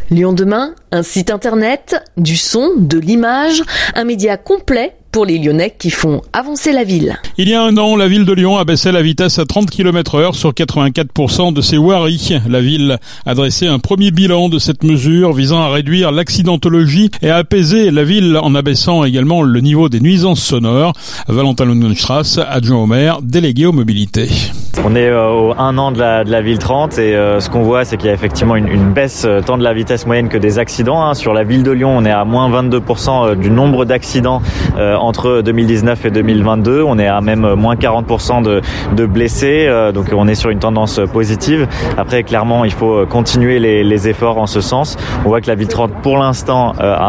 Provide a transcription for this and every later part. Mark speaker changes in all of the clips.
Speaker 1: Lyon demain, un site internet, du son, de l'image, un média complet pour les Lyonnais qui font avancer la ville.
Speaker 2: Il y a un an, la ville de Lyon abaissait la vitesse à 30 km/h sur 84% de ses voiries. La ville a dressé un premier bilan de cette mesure visant à réduire l'accidentologie et à apaiser la ville en abaissant également le niveau des nuisances sonores. Valentin Lungenstrass, adjoint au maire, délégué aux mobilités.
Speaker 3: On est au 1 an de la ville 30 et ce qu'on voit, c'est qu'il y a effectivement une baisse tant de la vitesse moyenne que des accidents. Sur la ville de Lyon, on est à moins 22% du nombre d'accidents entre 2019 et 2022. On est à même moins 40% de blessés, donc on est sur une tendance positive. Après, clairement, il faut continuer les efforts en ce sens. On voit que la ville 30, pour l'instant,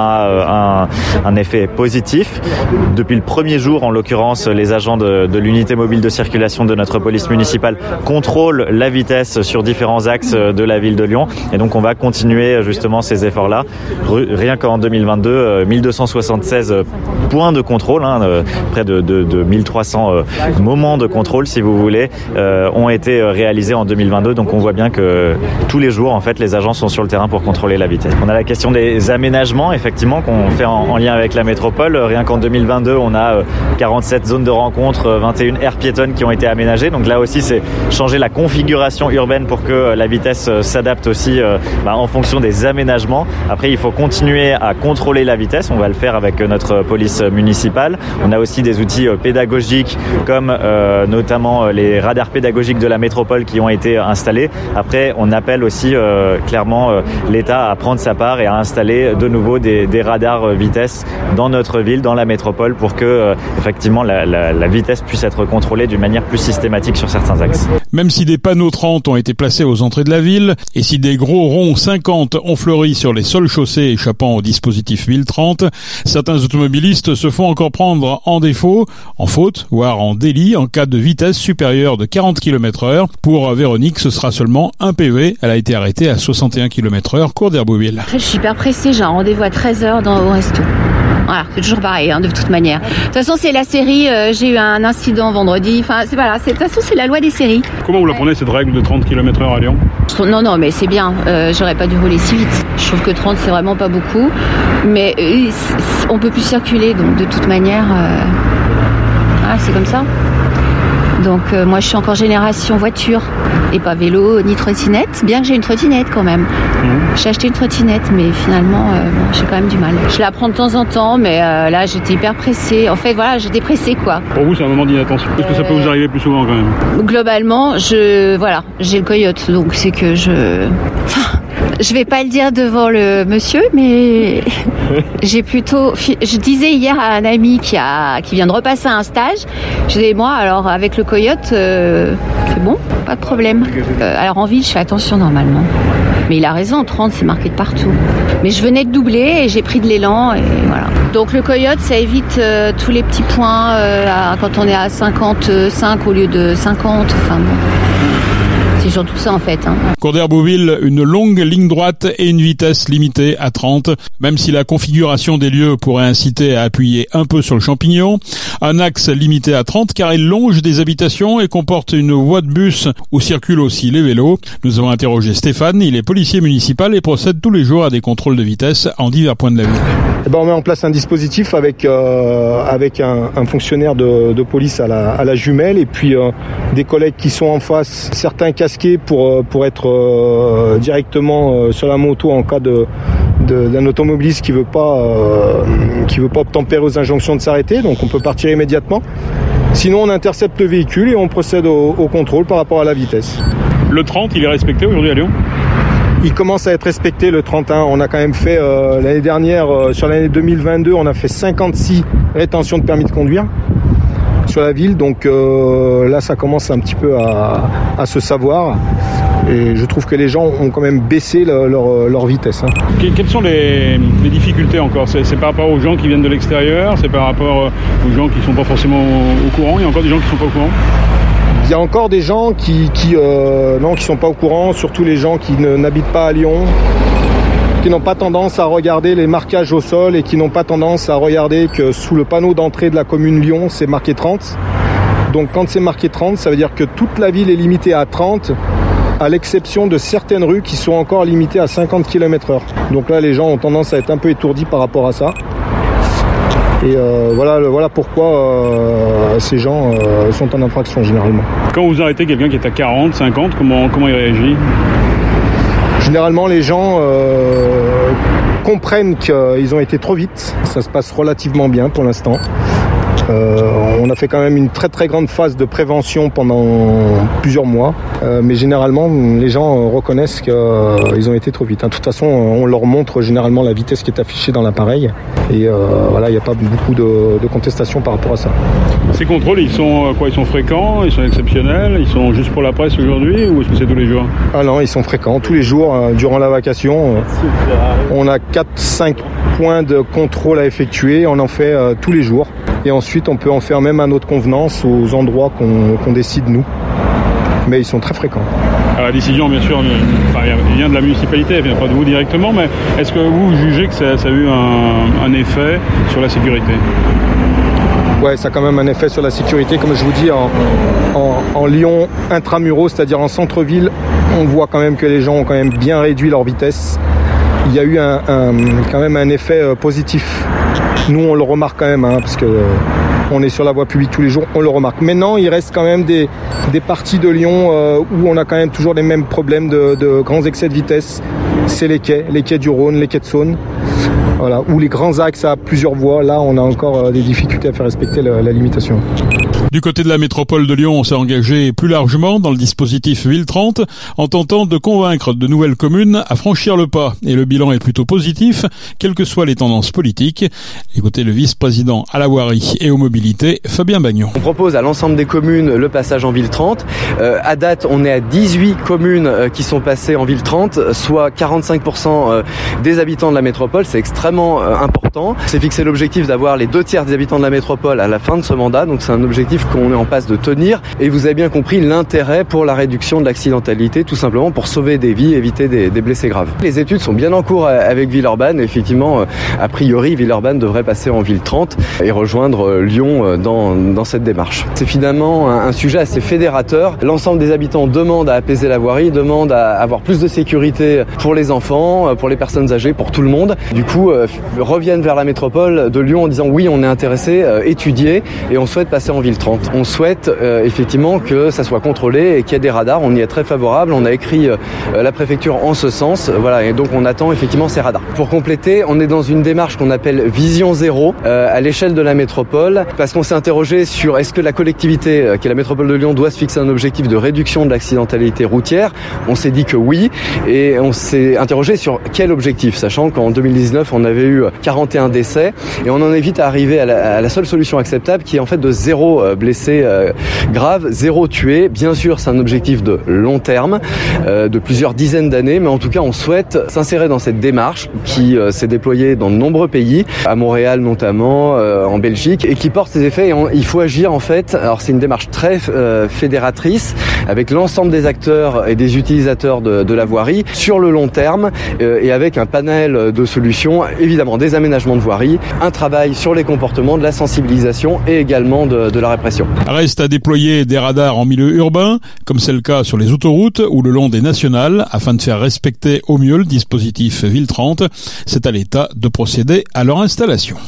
Speaker 3: a un effet positif. Depuis le premier jour, en l'occurrence, les agents de l'unité mobile de circulation de notre police municipale contrôlent la vitesse sur différents axes de la ville de Lyon. Et donc, on va continuer justement ces efforts-là. Rien qu'en 2022, 1276 points de contrôle, près de 1300 moments de contrôle, si vous voulez, ont été réalisés en 2022. Donc, on voit bien que tous les jours, en fait, les agents sont sur le terrain pour contrôler la vitesse. On a la question des aménagements, effectivement, qu'on fait en lien avec la métropole. Rien qu'en 2022, on a 47 zones de rencontre, 21 aires piétonnes qui ont été aménagées. Donc là aussi, c'est changer la configuration urbaine pour que la vitesse s'adapte aussi en fonction des aménagements. Après, il faut continuer à contrôler la vitesse. On va le faire avec notre police municipale. On a aussi des outils pédagogiques comme notamment les radars pédagogiques de la métropole qui ont été installés. Après, on appelle aussi clairement l'État à prendre sa part et à installer de nouveau des radars vitesse dans notre ville, dans la métropole, pour que effectivement la vitesse puisse être contrôlée d'une manière plus systématique sur certains axes.
Speaker 2: Même si des panneaux 30 ont été placés aux entrées de la ville et si des gros ronds 50 ont fleuri sur les seules chaussées échappant au dispositif ville 30, certains automobilistes se font encore prendre en défaut, en faute, voire en délit en cas de vitesse supérieure de 40 km/h. Pour Véronique, ce sera seulement un PV. Elle a été arrêtée à 61 km/h, cours d'Herbouville.
Speaker 4: Je suis hyper pressée, j'ai un rendez-vous à 13h au resto. Voilà, c'est toujours pareil, de toute manière. De toute façon, c'est la série, j'ai eu un incident vendredi, de toute façon, c'est la loi des séries.
Speaker 2: Comment vous la prenez, cette règle de 30 km/h à Lyon ?
Speaker 4: Non, mais c'est bien, j'aurais pas dû rouler si vite. Je trouve que 30, c'est vraiment pas beaucoup, mais on peut plus circuler, donc de toute manière, c'est comme ça. Donc moi je suis encore génération voiture et pas vélo ni trottinette, bien que j'ai une trottinette quand même. J'ai acheté une trottinette mais finalement j'ai quand même du mal. Je la prends de temps en temps mais là j'étais hyper pressée. En fait voilà, j'étais pressée quoi.
Speaker 2: Pour vous c'est un moment d'inattention. Est-ce que ça peut vous arriver plus souvent quand même ?
Speaker 4: Globalement j'ai le coyote donc c'est que je vais pas le dire devant le monsieur, mais je disais hier à un ami qui vient de repasser un stage, je disais moi alors avec le coyote c'est bon, pas de problème. Alors en ville je fais attention normalement. Mais il a raison, 30 c'est marqué de partout. Mais je venais de doubler et j'ai pris de l'élan et voilà. Donc le coyote ça évite tous les petits points quand on est à 55 au lieu de 50, c'est surtout ça en fait.
Speaker 2: Cours d'Herbouville, une longue ligne droite et une vitesse limitée à 30, même si la configuration des lieux pourrait inciter à appuyer un peu sur le champignon. Un axe limité à 30 car il longe des habitations et comporte une voie de bus où circulent aussi les vélos. Nous avons interrogé Stéphane, il est policier municipal et procède tous les jours à des contrôles de vitesse en divers points de la ville.
Speaker 5: On met en place un dispositif avec un fonctionnaire de police à la jumelle et puis des collègues qui sont en face, certains casqués pour être directement sur la moto en cas d'un automobiliste qui veut pas obtempérer aux injonctions de s'arrêter, donc on peut partir immédiatement. Sinon on intercepte le véhicule et on procède au contrôle par rapport à la vitesse.
Speaker 2: Le 30, il est respecté aujourd'hui à Lyon ?
Speaker 5: Il commence à être respecté le 31. On a quand même fait l'année dernière, sur l'année 2022, on a fait 56 rétentions de permis de conduire sur la ville. Donc là, ça commence un petit peu à se savoir. Et je trouve que les gens ont quand même baissé leur vitesse.
Speaker 2: Quelles sont les difficultés encore ? C'est par rapport aux gens qui viennent de l'extérieur ? C'est par rapport aux gens qui ne sont pas forcément au courant ? Il y a encore des gens qui ne sont pas au courant ?
Speaker 5: Il y a encore des gens qui sont pas au courant, surtout les gens qui n'habitent pas à Lyon, qui n'ont pas tendance à regarder les marquages au sol et qui n'ont pas tendance à regarder que sous le panneau d'entrée de la commune Lyon, c'est marqué 30. Donc quand c'est marqué 30, ça veut dire que toute la ville est limitée à 30 à l'exception de certaines rues qui sont encore limitées à 50 km/h. Donc là, les gens ont tendance à être un peu étourdis par rapport à ça. Et voilà pourquoi ces gens sont en infraction généralement.
Speaker 2: Quand vous arrêtez quelqu'un qui est à 40, 50, comment il réagit ?
Speaker 5: Généralement, les gens comprennent qu'ils ont été trop vite. Ça se passe relativement bien pour l'instant. On a fait quand même une très très grande phase de prévention pendant plusieurs mois, mais généralement les gens reconnaissent qu'ils ont été trop vite. De toute façon, on leur montre généralement la vitesse qui est affichée dans l'appareil, et il n'y a pas beaucoup de contestation par rapport à ça.
Speaker 2: Ces contrôles, ils sont fréquents, ils sont exceptionnels, ils sont juste pour la presse aujourd'hui, ou est-ce que c'est tous les jours ?
Speaker 5: Ah non, ils sont fréquents, tous les jours, durant la vacation. On a 4-5 points de contrôle à effectuer, on en fait tous les jours. Et ensuite, on peut en faire même à notre convenance aux endroits qu'on décide nous. Mais ils sont très fréquents.
Speaker 2: Alors, la décision, bien sûr, elle vient de la municipalité, elle ne vient pas de vous directement, mais est-ce que vous jugez que ça a eu un effet sur la sécurité ?
Speaker 5: Ouais, ça a quand même un effet sur la sécurité. Comme je vous dis, en Lyon intramuros, c'est-à-dire en centre-ville, on voit quand même que les gens ont quand même bien réduit leur vitesse. Il y a eu quand même un effet positif. Nous, on le remarque quand même, parce que on est sur la voie publique tous les jours, on le remarque. Maintenant, il reste quand même des parties de Lyon où on a quand même toujours les mêmes problèmes de grands excès de vitesse. C'est les quais du Rhône, les quais de Saône. Voilà, ou les grands axes à plusieurs voies. Là, on a encore des difficultés à faire respecter la limitation.
Speaker 2: Du côté de la métropole de Lyon, on s'est engagé plus largement dans le dispositif Ville 30 en tentant de convaincre de nouvelles communes à franchir le pas. Et le bilan est plutôt positif, quelles que soient les tendances politiques. Écoutez le vice-président à la voirie et aux mobilités, Fabien Bagnon.
Speaker 6: On propose à l'ensemble des communes le passage en Ville 30. À date, on est à 18 communes qui sont passées en Ville 30, soit 45% des habitants de la métropole. C'est extrêmement important. C'est fixé l'objectif d'avoir les 2/3 des habitants de la métropole à la fin de ce mandat. Donc c'est un objectif qu'on est en passe de tenir, et vous avez bien compris l'intérêt pour la réduction de l'accidentalité, tout simplement pour sauver des vies, éviter des blessés graves. Les études sont bien en cours avec Villeurbanne. Effectivement, a priori, Villeurbanne devrait passer en Ville 30 et rejoindre Lyon dans cette démarche. C'est finalement un sujet assez fédérateur. L'ensemble des habitants demandent à apaiser la voirie, demandent à avoir plus de sécurité pour les enfants, pour les personnes âgées, pour tout le monde. Du coup, reviennent vers la métropole de Lyon en disant oui, on est intéressé, étudier, et on souhaite passer en Ville 30. On souhaite effectivement que ça soit contrôlé et qu'il y ait des radars. On y est très favorable. On a écrit la préfecture en ce sens. Voilà, et donc on attend effectivement ces radars. Pour compléter, on est dans une démarche qu'on appelle Vision Zéro à l'échelle de la métropole, parce qu'on s'est interrogé sur est-ce que la collectivité, qui est la métropole de Lyon, doit se fixer un objectif de réduction de l'accidentalité routière. On s'est dit que oui, et on s'est interrogé sur quel objectif, sachant qu'en 2019 on avait eu 41 décès, et on en est vite arrivé à la seule solution acceptable, qui est en fait de 0 blessés graves, 0 tués. Bien sûr, c'est un objectif de long terme, de plusieurs dizaines d'années, mais en tout cas, on souhaite s'insérer dans cette démarche qui s'est déployée dans de nombreux pays, à Montréal notamment, en Belgique, et qui porte ses effets. Et il faut agir en fait. Alors, c'est une démarche très fédératrice, avec l'ensemble des acteurs et des utilisateurs de la voirie sur le long terme, et avec un panel de solutions, évidemment des aménagements de voirie, un travail sur les comportements, de la sensibilisation et également de la répression.
Speaker 2: Reste à déployer des radars en milieu urbain, comme c'est le cas sur les autoroutes ou le long des nationales, afin de faire respecter au mieux le dispositif Ville 30. C'est à l'État de procéder à leur installation.